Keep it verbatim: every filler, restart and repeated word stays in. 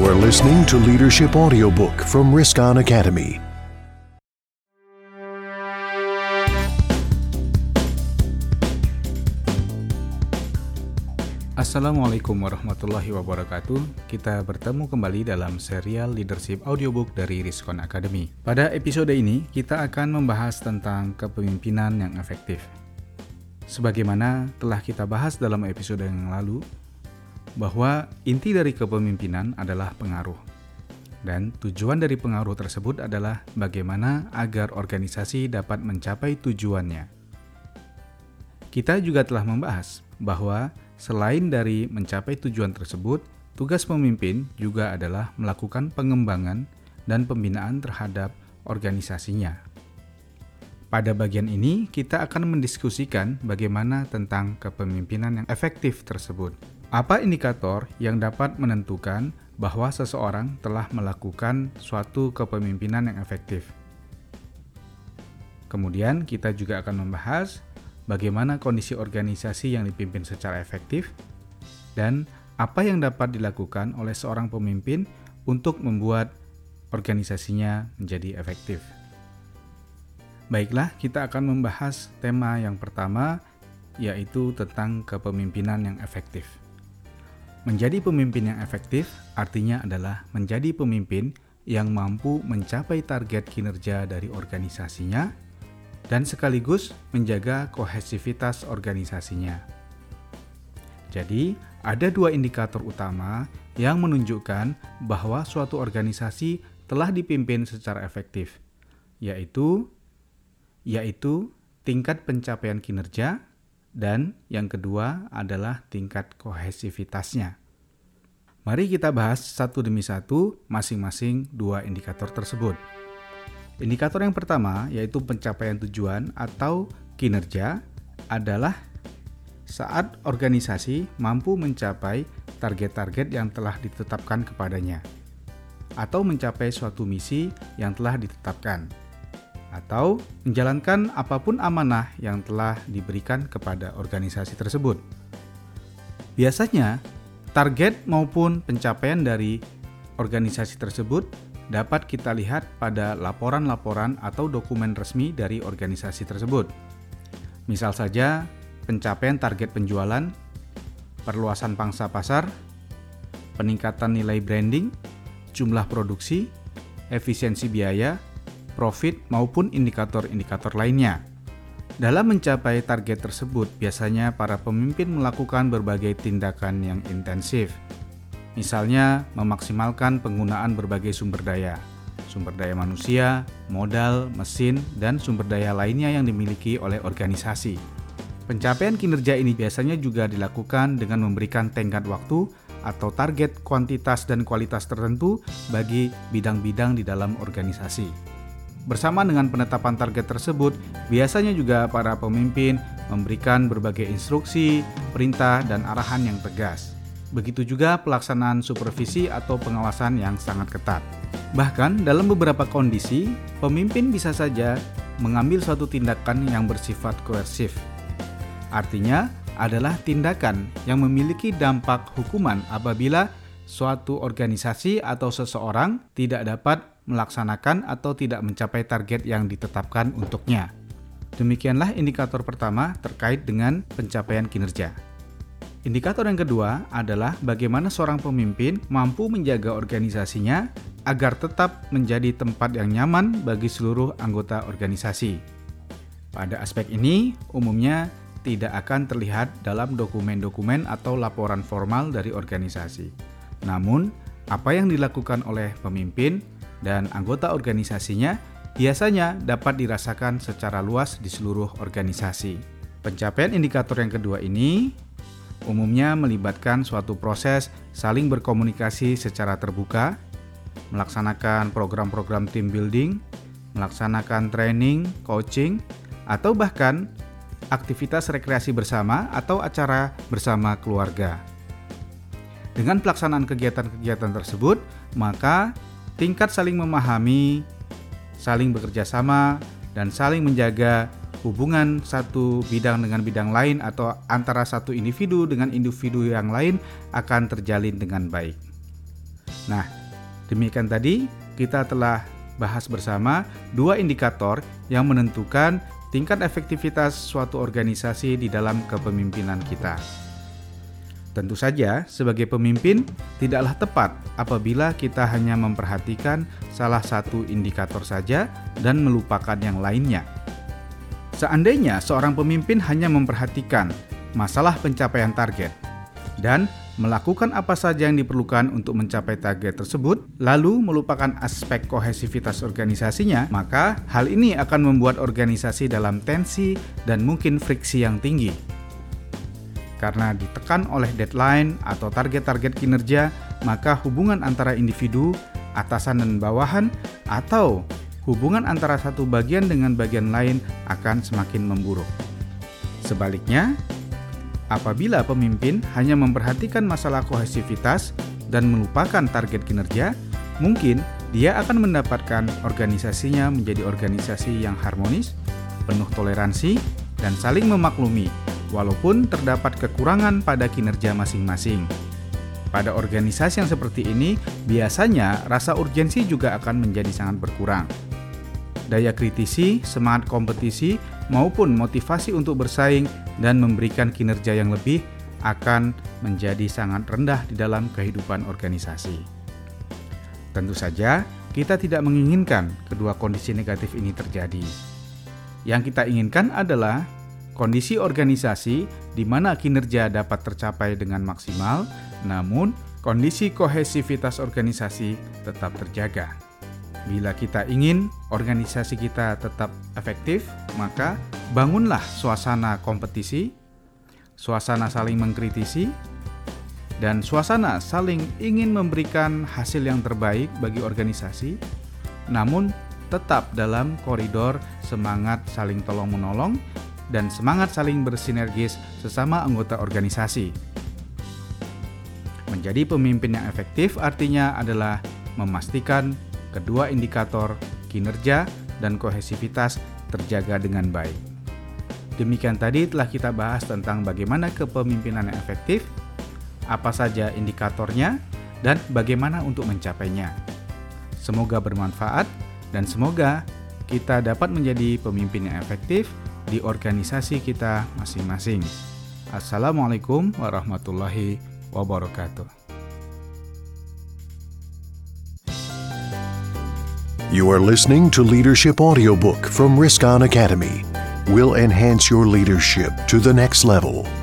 You are listening to Leadership Audiobook from Riscon Academy. Assalamualaikum warahmatullahi wabarakatuh. Kita bertemu kembali dalam serial Leadership Audiobook dari Riscon Academy. Pada episode ini, kita akan membahas tentang kepemimpinan yang efektif. Sebagaimana telah kita bahas dalam episode yang lalu, bahwa inti dari kepemimpinan adalah pengaruh. Dan tujuan dari pengaruh tersebut adalah bagaimana agar organisasi dapat mencapai tujuannya. Kita juga telah membahas bahwa selain dari mencapai tujuan tersebut, tugas pemimpin juga adalah melakukan pengembangan dan pembinaan terhadap organisasinya. Pada bagian ini, kita akan mendiskusikan bagaimana tentang kepemimpinan yang efektif tersebut. Apa indikator yang dapat menentukan bahwa seseorang telah melakukan suatu kepemimpinan yang efektif? Kemudian kita juga akan membahas bagaimana kondisi organisasi yang dipimpin secara efektif dan apa yang dapat dilakukan oleh seorang pemimpin untuk membuat organisasinya menjadi efektif. Baiklah, kita akan membahas tema yang pertama, yaitu tentang kepemimpinan yang efektif. Menjadi pemimpin yang efektif artinya adalah menjadi pemimpin yang mampu mencapai target kinerja dari organisasinya dan sekaligus menjaga kohesivitas organisasinya. Jadi, ada dua indikator utama yang menunjukkan bahwa suatu organisasi telah dipimpin secara efektif, yaitu yaitu tingkat pencapaian kinerja dan yang kedua adalah tingkat kohesivitasnya. Mari kita bahas satu demi satu masing-masing dua indikator tersebut. Indikator yang pertama yaitu pencapaian tujuan atau kinerja adalah saat organisasi mampu mencapai target-target yang telah ditetapkan kepadanya atau mencapai suatu misi yang telah ditetapkan atau menjalankan apapun amanah yang telah diberikan kepada organisasi tersebut. Biasanya, target maupun pencapaian dari organisasi tersebut dapat kita lihat pada laporan-laporan atau dokumen resmi dari organisasi tersebut. Misal saja, pencapaian target penjualan, perluasan pangsa pasar, peningkatan nilai branding, jumlah produksi, efisiensi biaya, profit maupun indikator-indikator lainnya. Dalam mencapai target tersebut, biasanya para pemimpin melakukan berbagai tindakan yang intensif. Misalnya, memaksimalkan penggunaan berbagai sumber daya, sumber daya manusia, modal, mesin, dan sumber daya lainnya yang dimiliki oleh organisasi. Pencapaian kinerja ini biasanya juga dilakukan dengan memberikan tenggat waktu atau target kuantitas dan kualitas tertentu bagi bidang-bidang di dalam organisasi. Bersama dengan penetapan target tersebut, biasanya juga para pemimpin memberikan berbagai instruksi, perintah, dan arahan yang tegas. Begitu juga pelaksanaan supervisi atau pengawasan yang sangat ketat. Bahkan dalam beberapa kondisi, pemimpin bisa saja mengambil suatu tindakan yang bersifat koersif. Artinya adalah tindakan yang memiliki dampak hukuman apabila suatu organisasi atau seseorang tidak dapat melaksanakan atau tidak mencapai target yang ditetapkan untuknya. Demikianlah indikator pertama terkait dengan pencapaian kinerja. Indikator yang kedua adalah bagaimana seorang pemimpin mampu menjaga organisasinya agar tetap menjadi tempat yang nyaman bagi seluruh anggota organisasi. Pada aspek ini, umumnya tidak akan terlihat dalam dokumen-dokumen atau laporan formal dari organisasi. Namun, apa yang dilakukan oleh pemimpin dan anggota organisasinya biasanya dapat dirasakan secara luas di seluruh organisasi. Pencapaian indikator yang kedua ini umumnya melibatkan suatu proses saling berkomunikasi secara terbuka, melaksanakan program-program team building, melaksanakan training, coaching, atau bahkan aktivitas rekreasi bersama atau acara bersama keluarga. Dengan pelaksanaan kegiatan-kegiatan tersebut, maka tingkat saling memahami, saling bekerja sama, dan saling menjaga hubungan satu bidang dengan bidang lain atau antara satu individu dengan individu yang lain akan terjalin dengan baik. Nah, demikian tadi kita telah bahas bersama dua indikator yang menentukan tingkat efektivitas suatu organisasi di dalam kepemimpinan kita. Tentu saja, sebagai pemimpin, tidaklah tepat apabila kita hanya memperhatikan salah satu indikator saja dan melupakan yang lainnya. Seandainya seorang pemimpin hanya memperhatikan masalah pencapaian target dan melakukan apa saja yang diperlukan untuk mencapai target tersebut, lalu melupakan aspek kohesivitas organisasinya, maka hal ini akan membuat organisasi dalam tensi dan mungkin friksi yang tinggi. Karena ditekan oleh deadline atau target-target kinerja, maka hubungan antara individu, atasan dan bawahan, atau hubungan antara satu bagian dengan bagian lain akan semakin memburuk. Sebaliknya, apabila pemimpin hanya memperhatikan masalah kohesivitas dan melupakan target kinerja, mungkin dia akan mendapatkan organisasinya menjadi organisasi yang harmonis, penuh toleransi, dan saling memaklumi, walaupun terdapat kekurangan pada kinerja masing-masing. Pada organisasi yang seperti ini, biasanya rasa urgensi juga akan menjadi sangat berkurang. Daya kritisi, semangat kompetisi, maupun motivasi untuk bersaing dan memberikan kinerja yang lebih akan menjadi sangat rendah di dalam kehidupan organisasi. Tentu saja, kita tidak menginginkan kedua kondisi negatif ini terjadi. Yang kita inginkan adalah kondisi organisasi di mana kinerja dapat tercapai dengan maksimal, namun kondisi kohesivitas organisasi tetap terjaga. Bila kita ingin organisasi kita tetap efektif, maka bangunlah suasana kompetisi, suasana saling mengkritisi, dan suasana saling ingin memberikan hasil yang terbaik bagi organisasi, namun tetap dalam koridor semangat saling tolong-menolong dan semangat saling bersinergis sesama anggota organisasi. Menjadi pemimpin yang efektif artinya adalah memastikan kedua indikator kinerja dan kohesivitas terjaga dengan baik. Demikian tadi telah kita bahas tentang bagaimana kepemimpinan yang efektif, apa saja indikatornya, dan bagaimana untuk mencapainya. Semoga bermanfaat dan semoga kita dapat menjadi pemimpin yang efektif di organisasi kita masing-masing. Assalamualaikum warahmatullahi wabarakatuh. You are listening to Leadership Audiobook from Risk On Academy. We'll enhance your leadership to the next level.